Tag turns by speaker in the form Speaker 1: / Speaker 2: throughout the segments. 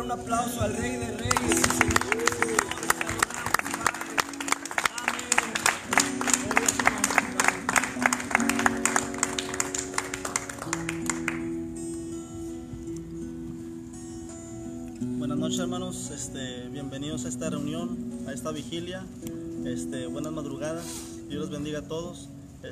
Speaker 1: un aplauso al Rey de Reyes.
Speaker 2: Buenas noches, hermanos, bienvenidos a esta reunión, a esta vigilia, buenas madrugadas, Dios los bendiga a todos.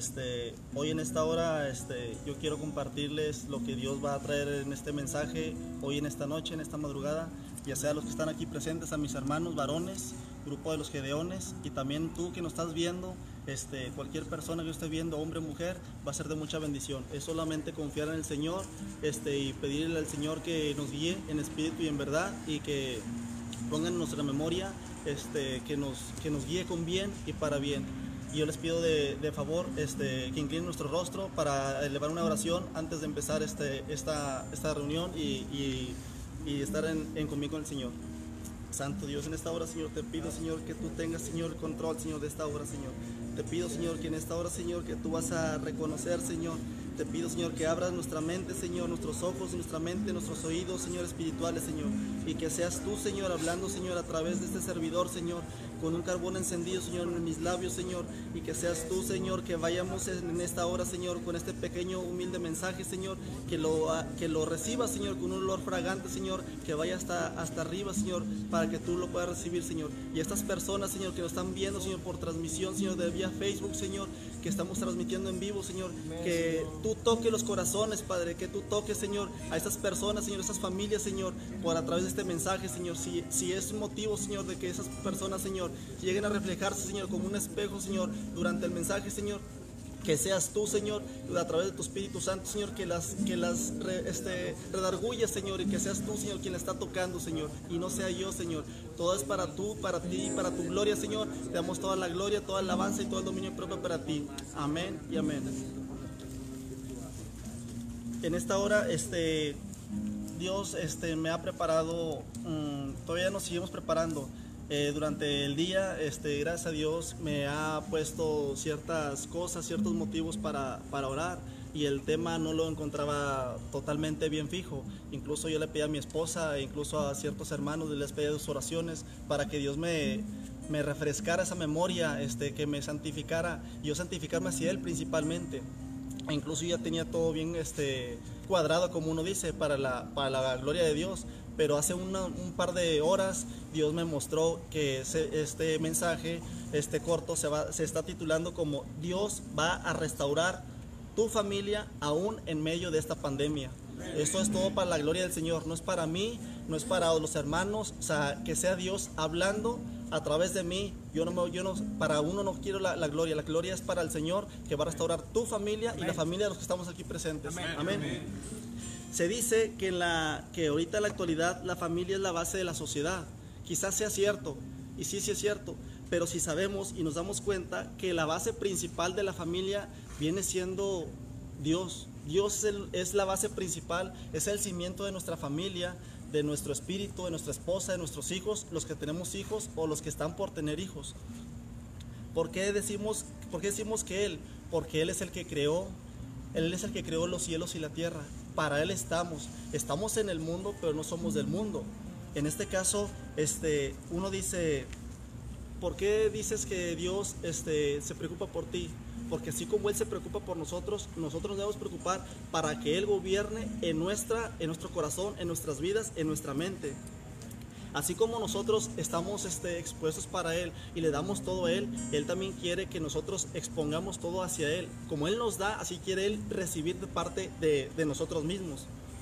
Speaker 2: Hoy en esta hora yo quiero compartirles lo que Dios va a traer en este mensaje, hoy en esta noche, en esta madrugada, ya sea los que están aquí presentes, a mis hermanos varones, grupo de los Gedeones, y también tú que nos estás viendo, cualquier persona que esté viendo, hombre o mujer, va a ser de mucha bendición. Es solamente confiar en el Señor y pedirle al Señor que nos guíe en espíritu y en verdad, y que ponga en nuestra memoria que nos guíe con bien y para bien. Y yo les pido de favor que inclinen nuestro rostro para elevar una oración antes de empezar esta reunión y estar en conmigo con el Señor. Santo Dios, en esta hora, Señor, te pido, Señor, que tú tengas, Señor, el control, Señor, de esta hora, Señor. Te pido, Señor, que en esta hora, Señor, que tú vas a reconocer, Señor. Te pido, Señor, que abras nuestra mente, Señor, nuestros ojos, nuestra mente, nuestros oídos, Señor, espirituales, Señor. Y que seas tú, Señor, hablando, Señor, a través de este servidor, Señor, con un carbón encendido, Señor, en mis labios, Señor. Y que seas tú, Señor, que vayamos en esta hora, Señor, con este pequeño, humilde mensaje, Señor. Que lo recibas, Señor, con un olor fragante, Señor. Que vaya hasta arriba, Señor, para que tú lo puedas recibir, Señor. Y estas personas, Señor, que nos están viendo, Señor, por transmisión, Señor, de vía Facebook, Señor, que estamos transmitiendo en vivo, Señor, que tú toques los corazones, Padre, que tú toques, Señor, a estas personas, Señor, a estas familias, Señor, por a través de este mensaje, Señor. Si es un motivo, Señor, de que esas personas, Señor, lleguen a reflejarse, Señor, como un espejo, Señor, durante el mensaje, Señor, que seas tú, Señor, a través de tu Espíritu Santo, Señor, que las redargullas, Señor, y que seas tú, Señor, quien la está tocando, Señor, y no sea yo, Señor. Todo es para ti y para tu gloria, Señor. Te damos toda la gloria, toda la alabanza y todo el dominio propio para ti. Amén y amén. En esta hora, Dios me ha preparado, todavía nos seguimos preparando. Durante el día, gracias a Dios, me ha puesto ciertas cosas, ciertos motivos para orar, y el tema no lo encontraba totalmente bien fijo. Incluso yo le pedí a mi esposa, e incluso a ciertos hermanos, les pedí sus oraciones para que Dios me refrescara esa memoria, que me santificara, y yo santificarme hacia Él principalmente. E incluso ya tenía todo bien cuadrado, como uno dice, para la gloria de Dios. Pero hace un par de horas Dios me mostró que este mensaje, corto, se está titulando como Dios va a restaurar tu familia aún en medio de esta pandemia. Esto es todo para la gloria del Señor, no es para mí, no es para los hermanos, o sea, que sea Dios hablando a través de mí. Para uno no quiero la gloria es para el Señor, que va a restaurar tu familia. Amén. Y la familia de los que estamos aquí presentes. Amén. Amén. Amén. Se dice que ahorita en la actualidad la familia es la base de la sociedad. Quizás sea cierto, y sí es cierto, pero si sabemos y nos damos cuenta que la base principal de la familia viene siendo Dios. Dios es la base principal, es el cimiento de nuestra familia, de nuestro espíritu, de nuestra esposa, de nuestros hijos, los que tenemos hijos o los que están por tener hijos. ¿Por qué decimos que Él? Porque Él es el que creó los cielos y la tierra. Para Él estamos en el mundo, pero no somos del mundo. En este caso, uno dice, ¿por qué dices que Dios se preocupa por ti? Porque así como Él se preocupa por nosotros nos debemos preocupar para que Él gobierne en nuestro corazón, en nuestras vidas, en nuestra mente. Así como nosotros estamos expuestos para Él y le damos todo a Él, Él también quiere que nosotros expongamos todo hacia Él. Como Él nos da, así quiere Él recibir de parte de nosotros mismos.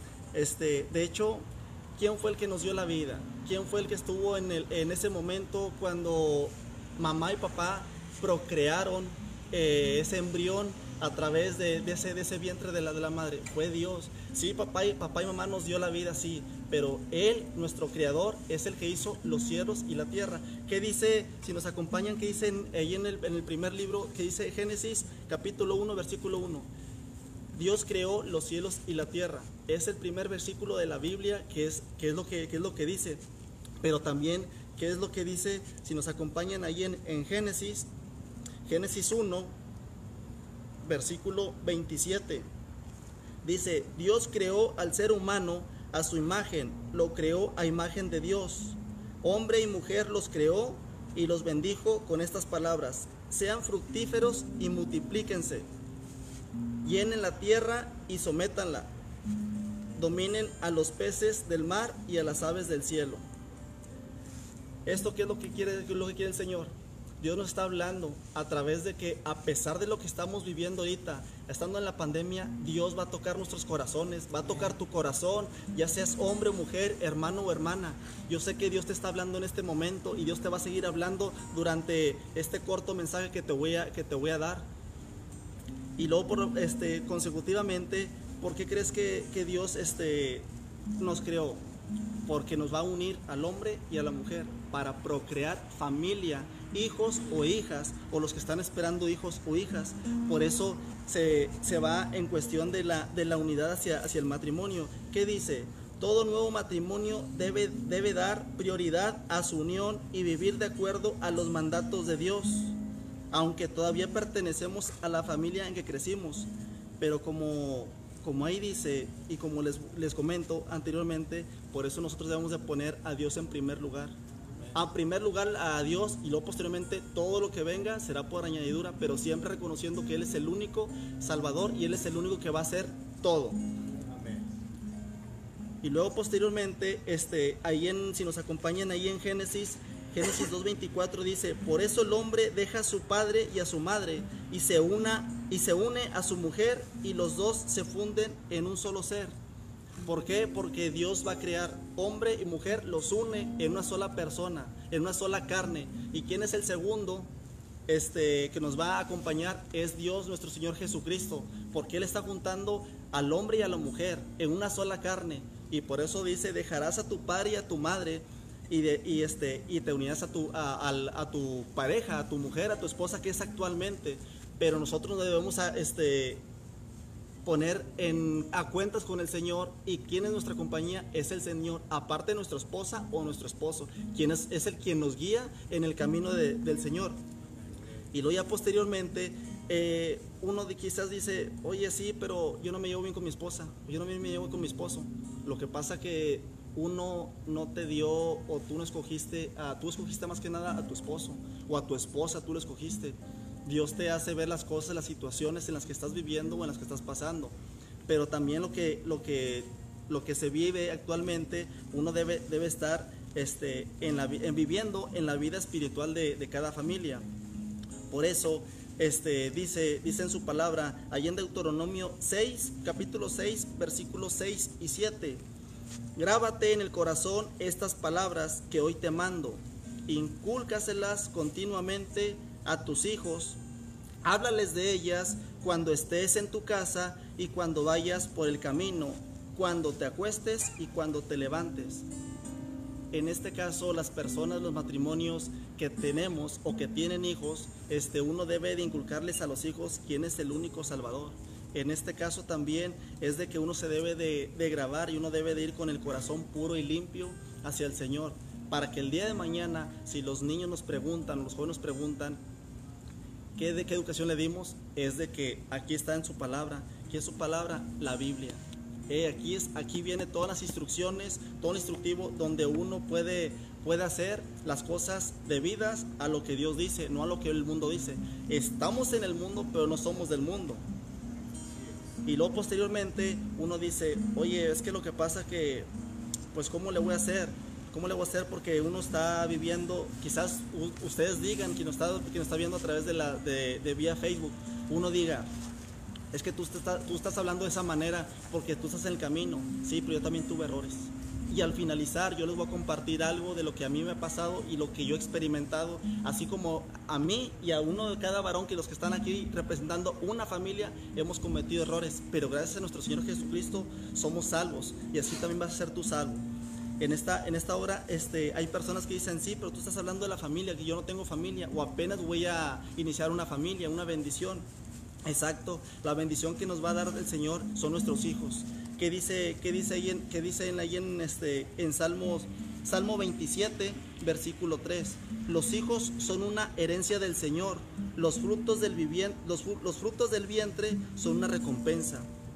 Speaker 2: De hecho, ¿quién fue el que nos dio la vida? ¿Quién fue el que estuvo en ese momento cuando mamá y papá procrearon ese embrión a través de ese vientre de la madre? Fue Dios. Sí, papá y mamá nos dio la vida, sí, pero Él, nuestro creador, es el que hizo los cielos y la tierra. ¿Qué dice, si nos acompañan, qué dice ahí en el primer libro, que dice Génesis capítulo 1, versículo 1? Dios creó los cielos y la tierra. Es el primer versículo de la Biblia que es lo que dice. Pero también, ¿qué es lo que dice? Si nos acompañan ahí en Génesis 1, versículo 27. Dice, Dios creó al ser humano a su imagen, lo creó a imagen de Dios. Hombre y mujer los creó y los bendijo con estas palabras: sean fructíferos y multiplíquense, llenen la tierra y sométanla, dominen a los peces del mar y a las aves del cielo. ¿Esto qué es lo que quiere el Señor? Dios nos está hablando a través de que, a pesar de lo que estamos viviendo ahorita, estando en la pandemia, Dios va a tocar nuestros corazones, va a tocar tu corazón, ya seas hombre o mujer, hermano o hermana. Yo sé que Dios te está hablando en este momento y Dios te va a seguir hablando durante este corto mensaje que te voy a dar. Y luego consecutivamente, ¿por qué crees que Dios nos creó? Porque nos va a unir al hombre y a la mujer para procrear familia, hijos o hijas, o los que están esperando hijos o hijas. Por eso se va en cuestión de la unidad hacia el matrimonio. ¿Qué dice? Todo nuevo matrimonio debe dar prioridad a su unión y vivir de acuerdo a los mandatos de Dios, aunque todavía pertenecemos a la familia en que crecimos. Pero como ahí dice, y como les comento anteriormente, por eso nosotros debemos de poner a Dios en primer lugar. A primer lugar a Dios, y luego posteriormente todo lo que venga será por añadidura, pero siempre reconociendo que Él es el único Salvador y Él es el único que va a hacer todo.
Speaker 1: Amén.
Speaker 2: Y luego posteriormente, si nos acompañan ahí en Génesis 2:24 dice: por eso el hombre deja a su padre y a su madre y se une a su mujer, y los dos se funden en un solo ser. ¿Por qué? Porque Dios va a crear hombre y mujer, los une en una sola persona, en una sola carne. ¿Y quién es el segundo que nos va a acompañar? Es Dios, nuestro Señor Jesucristo, porque Él está juntando al hombre y a la mujer en una sola carne. Y por eso dice: dejarás a tu padre y a tu madre y te unirás a tu pareja, a tu mujer, a tu esposa, que es actualmente. Pero nosotros debemos poner a cuentas con el Señor. ¿Y quién es nuestra compañía? Es el Señor, aparte de nuestra esposa o nuestro esposo, quien es quien nos guía en el camino del Señor. Y luego ya posteriormente uno quizás dice: oye, sí, pero yo no me llevo bien con mi esposa, yo no me llevo con mi esposo. Lo que pasa que uno no te dio, o tú no escogiste, tú escogiste más que nada a tu esposo o a tu esposa, tú lo escogiste. Dios te hace ver las cosas, las situaciones en las que estás viviendo o en las que estás pasando. Pero también lo que se vive actualmente, uno debe estar viviendo en la vida espiritual de cada familia. Por eso dice en su palabra, allí en Deuteronomio 6, capítulo 6, versículos 6 y 7: grábate en el corazón estas palabras que hoy te mando, incúlcaselas continuamente a tus hijos, háblales de ellas cuando estés en tu casa y cuando vayas por el camino, cuando te acuestes y cuando te levantes. En este caso, las personas, los matrimonios que tenemos o que tienen hijos, uno debe de inculcarles a los hijos quién es el único Salvador. En este caso también es de que uno se debe de grabar, y uno debe de ir con el corazón puro y limpio hacia el Señor, para que el día de mañana, si los niños nos preguntan, los jóvenes nos preguntan ¿de qué educación le dimos? Es de que aquí está en su palabra. ¿Qué es su palabra? La Biblia. Aquí viene todas las instrucciones, todo el instructivo, donde uno puede hacer las cosas debidas a lo que Dios dice, no a lo que el mundo dice. Estamos en el mundo, pero no somos del mundo. Y luego posteriormente uno dice: oye, es que lo que pasa que, pues, ¿cómo le voy a hacer? ¿Cómo le voy a hacer? Porque uno está viviendo, quizás ustedes digan, quien está viendo a través de vía Facebook, uno diga: es que tú estás hablando de esa manera porque tú estás en el camino. Sí, pero yo también tuve errores. Y al finalizar yo les voy a compartir algo de lo que a mí me ha pasado y lo que yo he experimentado, así como a mí y a uno de cada varón, que los que están aquí representando una familia hemos cometido errores, pero gracias a nuestro Señor Jesucristo somos salvos, y así también vas a ser tú salvo. En esta hora hay personas que dicen: sí, pero tú estás hablando de la familia, que yo no tengo familia, o apenas voy a iniciar una familia, una bendición. Exacto, la bendición que nos va a dar el Señor son nuestros hijos. ¿Qué dice ahí en Salmo 27, versículo 3? Los hijos son una herencia del Señor, los frutos del vientre son una recompensa.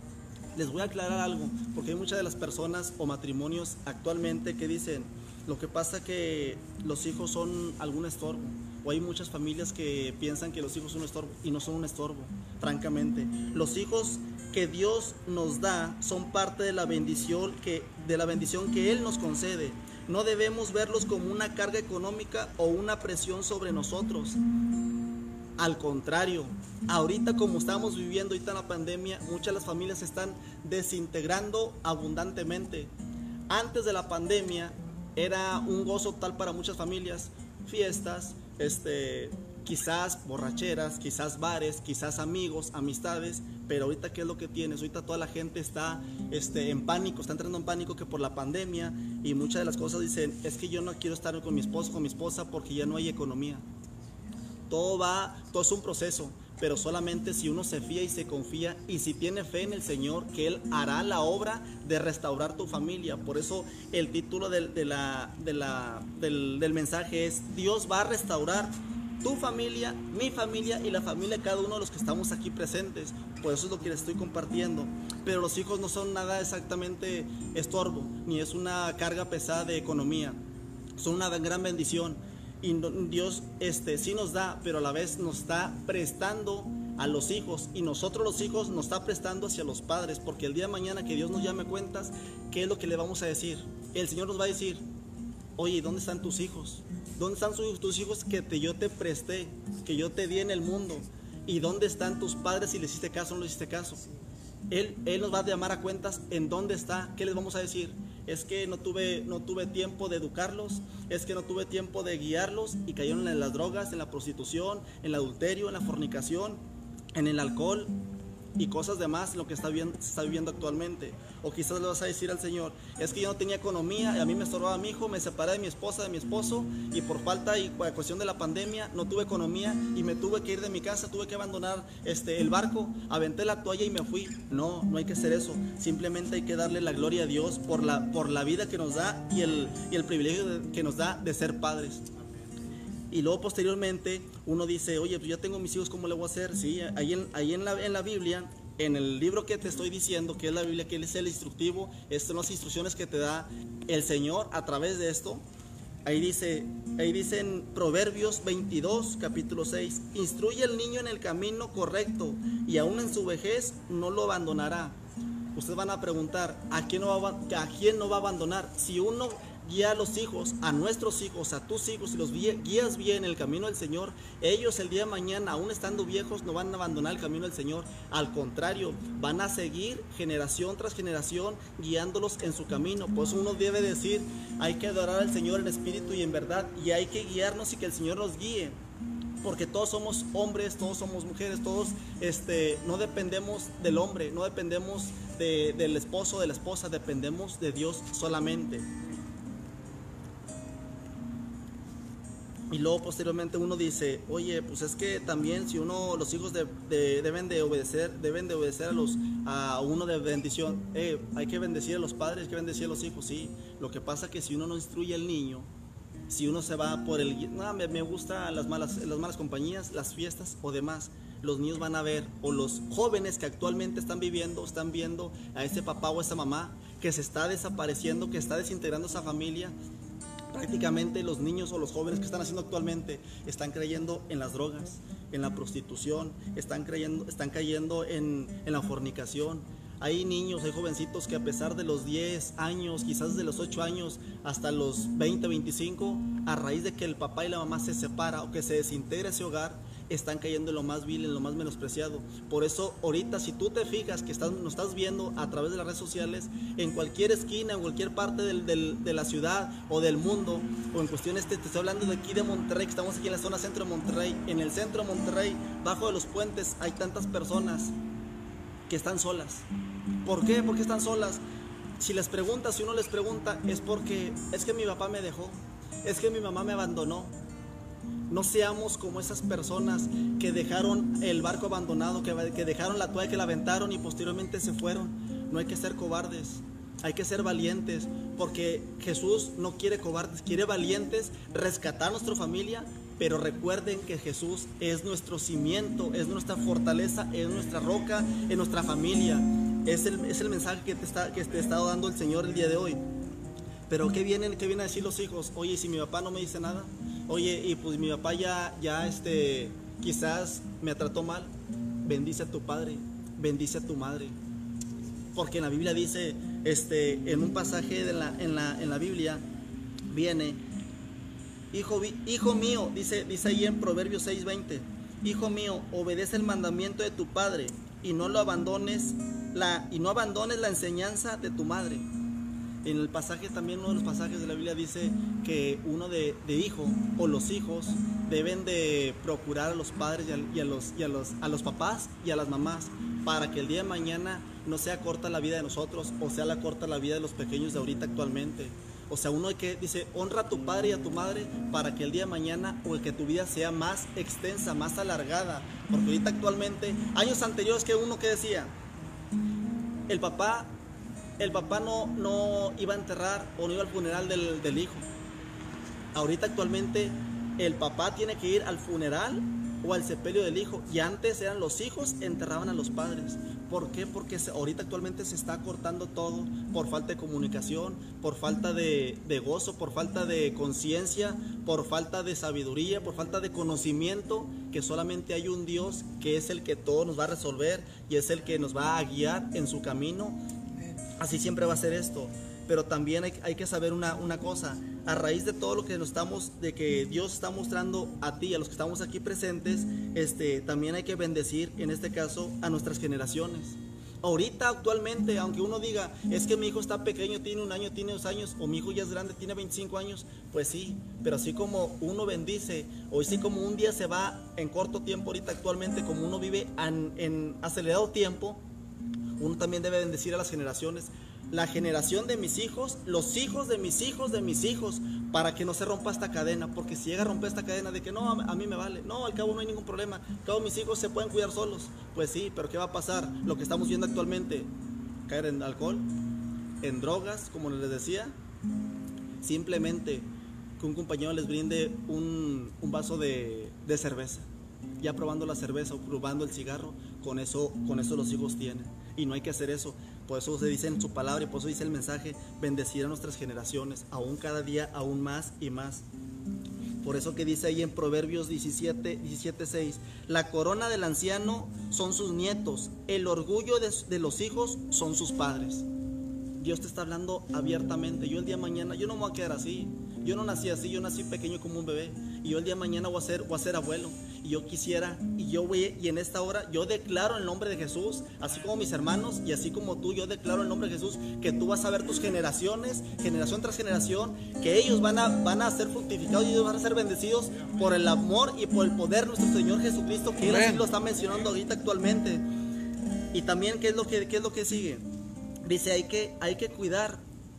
Speaker 2: Les voy a aclarar algo, porque hay muchas de las personas o matrimonios actualmente que dicen, lo que pasa que los hijos son algún estorbo, o hay muchas familias que piensan que los hijos son un estorbo y no son un estorbo, francamente. Los hijos que Dios nos da son parte de la bendición que Él nos concede. No debemos verlos como una carga económica o una presión sobre nosotros. Al contrario, ahorita como estamos viviendo ahorita en la pandemia, muchas de las familias se están desintegrando abundantemente. Antes de la pandemia era un gozo total para muchas familias, fiestas, quizás borracheras, quizás bares, quizás amigos, amistades, pero ahorita ¿qué es lo que tienes? Ahorita toda la gente está en pánico, está entrando en pánico que por la pandemia, y muchas de las cosas dicen, es que yo no quiero estar con mi esposo, con mi esposa porque ya no hay economía. Todo es un proceso, pero solamente si uno se fía y se confía y si tiene fe en el Señor, que Él hará la obra de restaurar tu familia. Por eso el título del mensaje es: Dios va a restaurar tu familia, mi familia y la familia de cada uno de los que estamos aquí presentes. Por eso es lo que les estoy compartiendo. Pero los hijos no son nada exactamente estorbo, ni es una carga pesada de economía. Son una gran bendición. Y Dios sí nos da, pero a la vez nos está prestando a los hijos, y nosotros los hijos nos está prestando hacia los padres, porque el día de mañana que Dios nos llame cuentas, ¿qué es lo que le vamos a decir? El Señor nos va a decir: oye, ¿dónde están tus hijos? ¿Dónde están tus hijos que yo te presté, que yo te di en el mundo? ¿Y dónde están tus padres si les hiciste caso o no les hiciste caso? Él nos va a llamar a cuentas en dónde está. ¿Qué les vamos a decir? Es que no tuve tiempo de educarlos, es que no tuve tiempo de guiarlos y cayeron en las drogas, en la prostitución, en el adulterio, en la fornicación, en el alcohol y cosas demás, lo que se está viviendo actualmente. O quizás le vas a decir al Señor: es que yo no tenía economía, y a mí me estorbaba mi hijo, me separé de mi esposa, de mi esposo, y por falta y por cuestión de la pandemia no tuve economía y me tuve que ir de mi casa, tuve que abandonar el barco, aventé la toalla y me fui. No hay que hacer eso. Simplemente hay que darle la gloria a Dios por la vida que nos da y el privilegio que nos da de ser padres. Y luego posteriormente uno dice: oye, pues ya tengo mis hijos, ¿cómo le voy a hacer? Sí, ahí en la Biblia, en el libro que te estoy diciendo, que es la Biblia, que es el instructivo, estas son las instrucciones que te da el Señor a través de esto. Ahí dice en Proverbios 22, capítulo 6: instruye al niño en el camino correcto, y aún en su vejez no lo abandonará. Ustedes van a preguntar: ¿a quién no va a abandonar? Si uno guía a los hijos, a nuestros hijos, a tus hijos, y los guías bien en el camino del Señor, ellos el día de mañana, aún estando viejos, no van a abandonar el camino del Señor. Al contrario, van a seguir generación tras generación guiándolos en su camino. Por eso uno debe decir: hay que adorar al Señor en espíritu y en verdad, y hay que guiarnos y que el Señor nos guíe. Porque todos somos hombres, todos somos mujeres, todos no dependemos del hombre, no dependemos del esposo, de la esposa, dependemos de Dios solamente. Y luego posteriormente uno dice: oye, pues es que también si los hijos deben de obedecer a uno de bendición. Hay que bendecir a los padres, hay que bendecir a los hijos, sí. Lo que pasa es que si uno no instruye al niño, si uno se va por me gusta las malas compañías, las fiestas o demás, los niños van a ver, o los jóvenes que actualmente están viendo a ese papá o a esa mamá que se está desapareciendo, que está desintegrando esa familia. Prácticamente los niños o los jóvenes que están haciendo actualmente están creyendo en las drogas, en la prostitución, están cayendo en la fornicación. Hay niños, hay jovencitos que a pesar de los 10 años, quizás de los 8 años hasta los 20, 25, a raíz de que el papá y la mamá se separan o que se desintegra ese hogar, están cayendo en lo más vil, en lo más menospreciado. Por eso ahorita, si tú te fijas que nos estás viendo a través de las redes sociales, en cualquier esquina, en cualquier parte de la ciudad o del mundo, o en cuestiones, te estoy hablando de aquí de Monterrey, que estamos aquí en la zona centro de Monterrey. En el centro de Monterrey, bajo de los puentes, hay tantas personas que están solas. ¿Por qué? ¿Por qué están solas? Si uno les pregunta, es porque es que mi papá me dejó, es que mi mamá me abandonó. No seamos como esas personas que dejaron el barco abandonado, que dejaron la toalla, que la aventaron y posteriormente se fueron. No hay que ser cobardes, hay que ser valientes, porque Jesús no quiere cobardes, quiere valientes, rescatar a nuestra familia. Pero recuerden que Jesús es nuestro cimiento, es nuestra fortaleza, es nuestra roca, es nuestra familia. es el mensaje que te está dando el Señor el día de hoy. Pero ¿qué vienen a decir los hijos? Oye, si mi papá no me dice nada, oye, y pues mi papá ya quizás me trató mal, bendice a tu padre, bendice a tu madre. Porque en la Biblia dice, en un pasaje en la Biblia viene, hijo mío, dice ahí en Proverbios 6:20, hijo mío, obedece el mandamiento de tu padre y no abandones la enseñanza de tu madre. En el pasaje también, uno de los pasajes de la Biblia dice que uno de hijo o los hijos deben de procurar a los padres a los papás y a las mamás para que el día de mañana no sea corta la vida de nosotros o sea la corta la vida de los pequeños de ahorita actualmente. O sea, uno que dice, honra a tu padre y a tu madre para que el día de mañana o que tu vida sea más extensa, más alargada. Porque ahorita actualmente, años anteriores que uno que decía, el papá no iba a enterrar o no iba al funeral del hijo. Ahorita actualmente el papá tiene que ir al funeral o al sepelio del hijo. Y antes eran los hijos enterraban a los padres. ¿Por qué? Porque ahorita actualmente se está cortando todo por falta de comunicación, por falta de gozo, por falta de conciencia, por falta de sabiduría, por falta de conocimiento, que solamente hay un Dios que es el que todo nos va a resolver y es el que nos va a guiar en su camino. Así siempre va a ser esto. Pero también hay que saber una cosa. A raíz de todo lo que de que Dios está mostrando a ti, a los que estamos aquí presentes, también hay que bendecir, en este caso, a nuestras generaciones. Ahorita, actualmente, aunque uno diga, es que mi hijo está pequeño, tiene 1 año, tiene 2 años, o mi hijo ya es grande, tiene 25 años, pues sí, pero así como uno bendice, o así como un día se va en corto tiempo, ahorita actualmente, como uno vive en acelerado tiempo, uno también debe bendecir a las generaciones. La generación de mis hijos, los hijos de mis hijos de mis hijos, para que no se rompa esta cadena. Porque si llega a romper esta cadena de que no, a mí me vale, no, al cabo no hay ningún problema, al cabo mis hijos se pueden cuidar solos, pues sí, pero ¿qué va a pasar? Lo que estamos viendo actualmente, caer en alcohol, en drogas, como les decía, simplemente que un compañero les brinde un vaso de cerveza, ya probando la cerveza o probando el cigarro, con eso los hijos tienen. Y no hay que hacer eso. Por eso se dice en su palabra y por eso dice el mensaje, bendecir a nuestras generaciones, aún cada día, aún más y más. Por eso que dice ahí en Proverbios 17:6, la corona del anciano son sus nietos, el orgullo de los hijos son sus padres. Dios te está hablando abiertamente. Yo el día de mañana, yo no me voy a quedar así. Yo no nací así, yo nací pequeño como un bebé. Y yo el día de mañana voy a ser abuelo. Y yo quisiera, y en esta hora, yo declaro en el nombre de Jesús, así como mis hermanos y así como tú, yo declaro en el nombre de Jesús que tú vas a ver tus generaciones, generación tras generación, que ellos van a ser fructificados y ellos van a ser bendecidos por el amor y por el poder de nuestro Señor Jesucristo, que Él así lo está mencionando ahorita actualmente. Y también, ¿qué es lo que sigue? Dice, hay que cuidar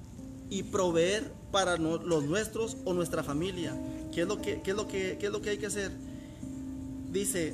Speaker 2: y proveer para los nuestros o nuestra familia. ¿Qué es lo que hay que hacer? Dice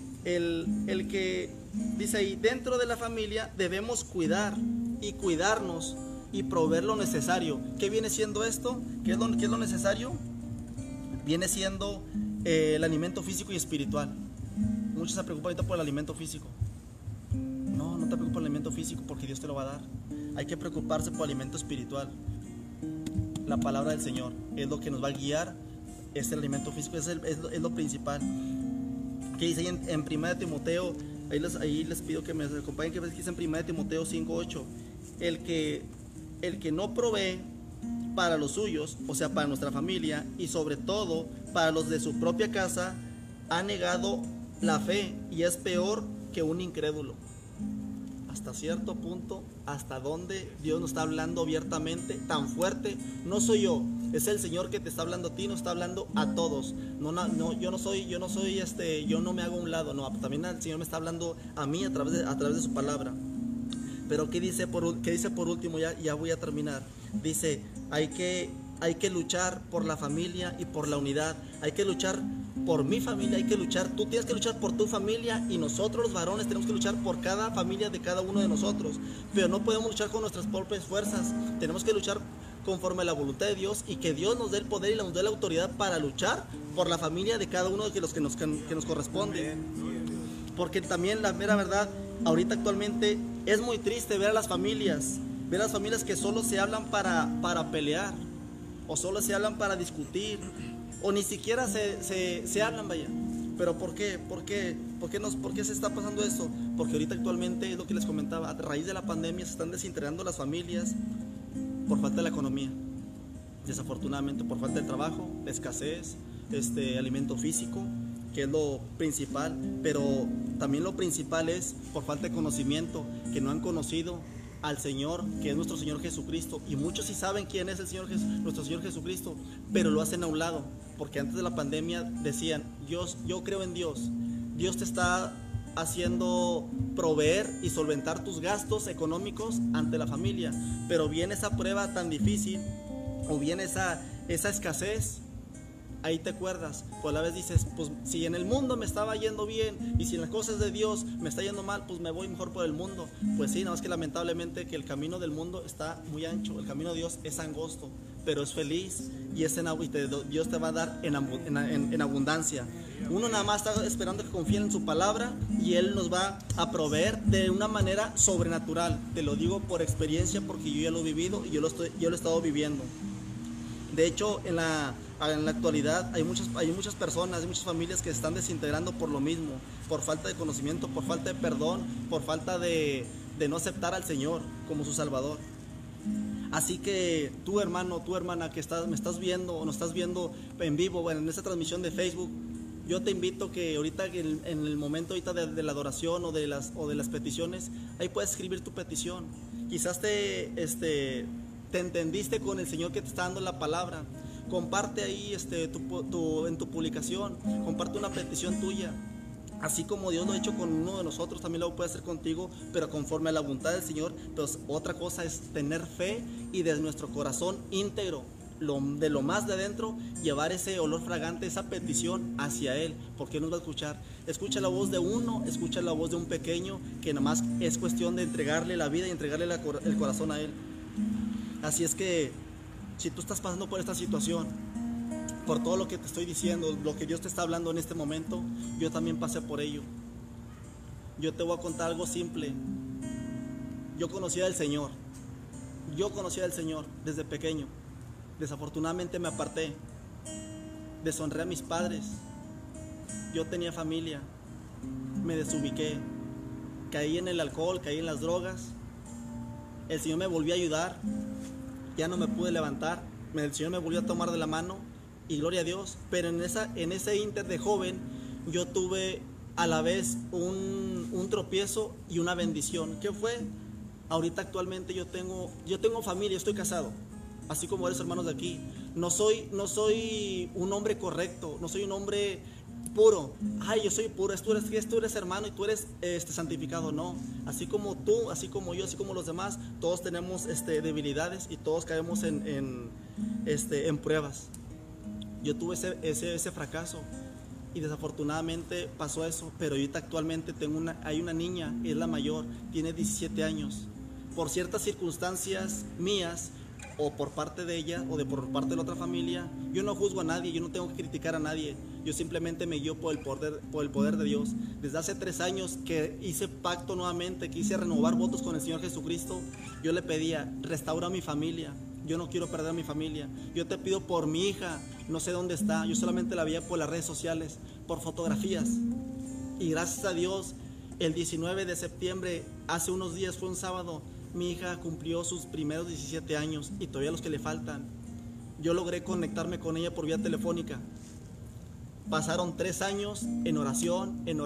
Speaker 2: dice ahí, dentro de la familia debemos cuidar y cuidarnos y proveer lo necesario. ¿Qué viene siendo esto? ¿Qué es lo necesario? Viene siendo el alimento físico y espiritual. Muchos se preocupan ahorita por el alimento físico. No te preocupes por el alimento físico, porque Dios te lo va a dar. Hay que preocuparse por el alimento espiritual. La palabra del Señor es lo que nos va a guiar. Es el alimento físico, es lo principal. Que dice ahí en 1 Timoteo, ahí les pido que me acompañen, que dice en 1 Timoteo 5:8, el que no provee para los suyos, o sea, para nuestra familia, y sobre todo para los de su propia casa, ha negado la fe y es peor que un incrédulo. Hasta cierto punto, hasta donde Dios nos está hablando abiertamente, tan fuerte. No soy yo, es el Señor que te está hablando a ti, nos está hablando a todos. Yo no me hago a un lado, no, también el Señor me está hablando a mí a través de su palabra. Pero ¿qué dice por último? Ya voy a terminar. Dice, hay que luchar por la familia y por la unidad. Hay que luchar por mi familia, tú tienes que luchar por tu familia, y nosotros los varones tenemos que luchar por cada familia de cada uno de nosotros. Pero no podemos luchar con nuestras propias fuerzas, tenemos que luchar conforme a la voluntad de Dios, y que Dios nos dé el poder y nos dé la autoridad para luchar por la familia de cada uno de los que nos corresponde. Porque también la mera verdad, ahorita actualmente es muy triste ver a las familias que solo se hablan para pelear, o solo se hablan para discutir, o ni siquiera se hablan, vaya. Pero ¿por qué? ¿Por qué se está pasando eso? Porque ahorita actualmente es lo que les comentaba, a raíz de la pandemia se están desintegrando las familias por falta de la economía, desafortunadamente, por falta de trabajo, escasez, alimento físico, que es lo principal, pero también lo principal es por falta de conocimiento, que no han conocido al Señor, que es nuestro Señor Jesucristo, y muchos sí saben quién es nuestro Señor Jesucristo, pero lo hacen a un lado, porque antes de la pandemia decían, yo creo en Dios, Dios te está haciendo proveer y solventar tus gastos económicos ante la familia, pero viene esa prueba tan difícil, o viene esa escasez. Ahí te acuerdas, pues a la vez dices, pues si en el mundo me estaba yendo bien y si en las cosas de Dios me está yendo mal, pues me voy mejor por el mundo. Pues sí, nada más que lamentablemente que el camino del mundo está muy ancho, el camino de Dios es angosto, pero es feliz y Dios te va a dar en abundancia. Uno nada más está esperando que confíen en su palabra y Él nos va a proveer de una manera sobrenatural. Te lo digo por experiencia, porque yo ya lo he vivido y yo lo he estado viviendo. De hecho, en la actualidad hay muchas personas, hay muchas familias que se están desintegrando por lo mismo, por falta de conocimiento, por falta de perdón, por falta de no aceptar al Señor como su Salvador. Así que tú, hermano, tú, hermana, que me estás viendo o nos estás viendo en vivo, en esta transmisión de Facebook, yo te invito que ahorita en el momento ahorita de la adoración o de las peticiones, ahí puedes escribir tu petición. Quizás te entendiste con el Señor que te está dando la palabra. Comparte ahí en tu publicación, comparte una petición tuya. Así como Dios lo ha hecho con uno de nosotros, también lo puede hacer contigo, pero conforme a la voluntad del Señor. Entonces, otra cosa es tener fe y desde nuestro corazón íntegro, de lo más de adentro, llevar ese olor fragante, esa petición hacia Él, porque Él nos va a escuchar. Escucha la voz de uno, escucha la voz de un pequeño, que nada más es cuestión de entregarle la vida y entregarle el corazón a Él. Así es que si tú estás pasando por esta situación, por todo lo que te estoy diciendo, lo que Dios te está hablando en este momento, yo también pasé por ello. Yo te voy a contar algo simple. Yo conocía al Señor desde pequeño. Desafortunadamente me aparté, deshonré a mis padres. Yo tenía familia, me desubiqué, caí en el alcohol, caí en las drogas. El Señor me volvió a ayudar, ya no me pude levantar, el Señor me volvió a tomar de la mano y gloria a Dios. Pero en ese inter de joven yo tuve a la vez un tropiezo y una bendición. ¿Qué fue? Ahorita actualmente yo tengo familia, estoy casado, así como varios hermanos de aquí. No soy un hombre correcto, no soy un hombre puro. Ay, yo soy puro, tú eres hermano y tú eres santificado. No, así como tú, así como yo, así como los demás, todos tenemos debilidades y todos caemos en pruebas. Yo tuve ese fracaso y desafortunadamente pasó eso, pero ahorita actualmente hay una niña, es la mayor, tiene 17 años. Por ciertas circunstancias mías, o por parte de ella, por parte de la otra familia, yo no juzgo a nadie, yo no tengo que criticar a nadie, yo simplemente me guío por el poder de Dios. Desde hace 3 años que hice pacto nuevamente, que hice renovar votos con el Señor Jesucristo, yo le pedía, restaura mi familia, yo no quiero perder a mi familia, yo te pido por mi hija, no sé dónde está, yo solamente la veía por las redes sociales, por fotografías, y gracias a Dios, el 19 de septiembre, hace unos días, fue un sábado, mi hija cumplió sus primeros 17 años y todavía los que le faltan. Yo logré conectarme con ella por vía telefónica. Pasaron 3 años en oración, en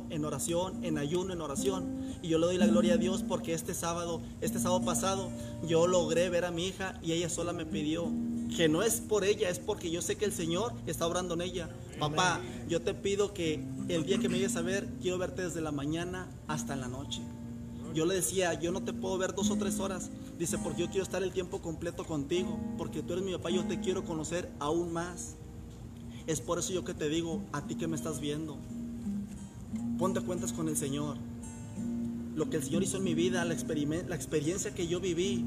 Speaker 2: ayuno, en oración. Y yo le doy la gloria a Dios porque este sábado pasado, yo logré ver a mi hija y ella sola me pidió, que no es por ella, es porque yo sé que el Señor está obrando en ella. Papá, yo te pido que el día que me vayas a ver, quiero verte desde la mañana hasta la noche. Yo le decía, yo no te puedo ver 2 o 3 horas. Dice, porque yo quiero estar el tiempo completo contigo, porque tú eres mi papá, yo te quiero conocer aún más. Es por eso yo que te digo, a ti que me estás viendo, ponte cuentas con el Señor. Lo que el Señor hizo en mi vida, la experiencia que yo viví,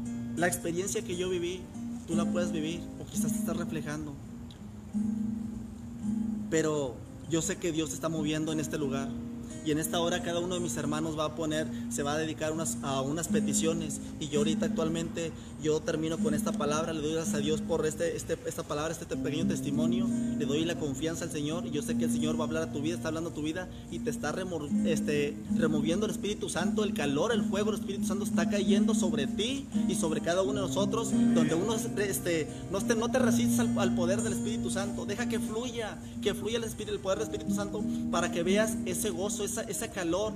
Speaker 2: tú la puedes vivir, o quizás te estás reflejando. Pero yo sé que Dios se está moviendo en este lugar. Y en esta hora cada uno de mis hermanos se va a dedicar a unas peticiones. Y yo ahorita actualmente, yo termino con esta palabra. Le doy gracias a Dios por esta palabra, este pequeño testimonio. Le doy la confianza al Señor. Y yo sé que el Señor va a hablar a tu vida, está hablando a tu vida. Y te está removiendo el Espíritu Santo, el calor, el fuego del Espíritu Santo está cayendo sobre ti y sobre cada uno de nosotros. Donde uno no te resistes al poder del Espíritu Santo. Deja que fluya el poder del Espíritu Santo, para que veas ese gozo, ese calor,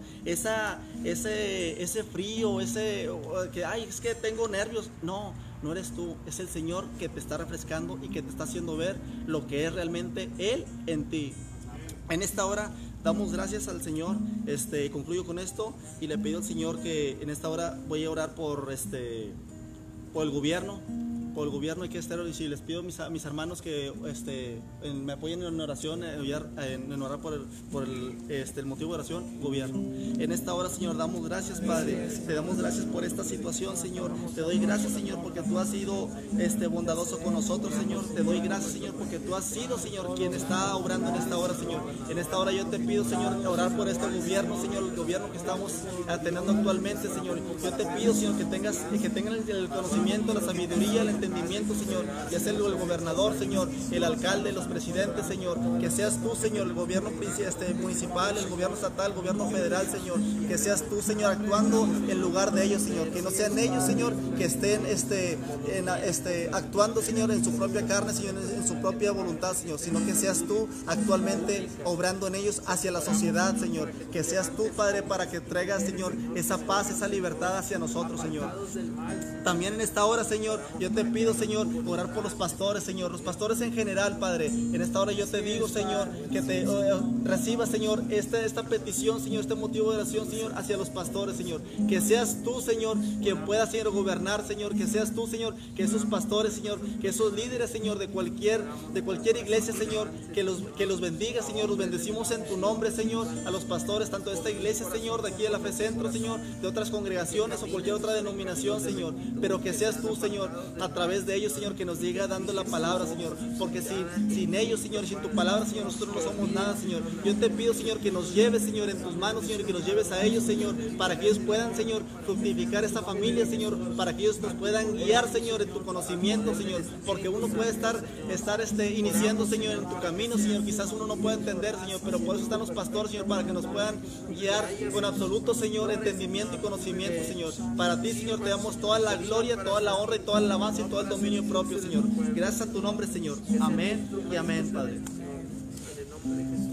Speaker 2: ese frío, que ay, es que tengo nervios. No eres tú, es el Señor que te está refrescando y que te está haciendo ver lo que es realmente Él en ti. En esta hora damos gracias al Señor. Concluyo con esto y le pido al Señor que en esta hora voy a orar por el gobierno. Y que y si les pido a mis hermanos que me apoyen en oración, en orar por el motivo de oración, gobierno. En esta hora, Señor, damos gracias, Padre. Te damos gracias por esta situación, Señor. Te doy gracias, Señor, porque tú has sido bondadoso con nosotros, Señor. Te doy gracias, Señor, porque tú has sido, Señor, quien está obrando en esta hora, Señor. En esta hora yo te pido, Señor, orar por este gobierno, Señor, el gobierno que estamos teniendo actualmente, Señor. Yo te pido, Señor, que tengan el conocimiento, la sabiduría, el entendimiento, Señor, ya sea el gobernador, Señor, el alcalde, los presidentes, Señor, que seas tú, Señor, el gobierno municipal, el gobierno estatal, el gobierno federal, Señor, que seas tú, Señor, actuando en lugar de ellos, Señor, que no sean ellos, Señor, que estén actuando, Señor, en su propia carne, Señor, en su propia voluntad, Señor, sino que seas tú actualmente obrando en ellos hacia la sociedad, Señor, que seas tú, Padre, para que traigas, Señor, esa paz, esa libertad hacia nosotros, Señor. También en esta hora, Señor, yo te pido, Señor, orar por los pastores, Señor, los pastores en general, Padre. En esta hora yo te digo, Señor, que te recibas, Señor, esta petición, Señor, este motivo de oración, Señor, hacia los pastores, Señor. Que seas tú, Señor, quien pueda, Señor, gobernar, Señor. Que seas tú, Señor, que esos pastores, Señor, que esos líderes, Señor, de cualquier iglesia, Señor, que los bendiga, Señor. Los bendecimos en tu nombre, Señor, a los pastores, tanto de esta iglesia, Señor, de aquí de la Fe Centro, Señor, de otras congregaciones o cualquier otra denominación, Señor. Pero que seas tú, Señor, a través de ellos, Señor, que nos diga dando la palabra, Señor, porque sin ellos, Señor, y sin tu palabra, Señor, nosotros no somos nada, Señor. Yo te pido, Señor, que nos lleves, Señor, en tus manos, Señor, y que nos lleves a ellos, Señor, para que ellos puedan, Señor, fructificar esta familia, Señor, para que ellos nos puedan guiar, Señor, en tu conocimiento, Señor, porque uno puede estar iniciando, Señor, en tu camino, Señor, quizás uno no pueda entender, Señor, pero por eso están los pastores, Señor, para que nos puedan guiar con absoluto, Señor, entendimiento y conocimiento, Señor. Para ti, Señor, te damos toda la gloria, toda la honra y toda la alabanza y todo el dominio propio, Señor. Gracias a tu nombre, Señor. Amén y amén, Padre.
Speaker 1: En el nombre de Jesús.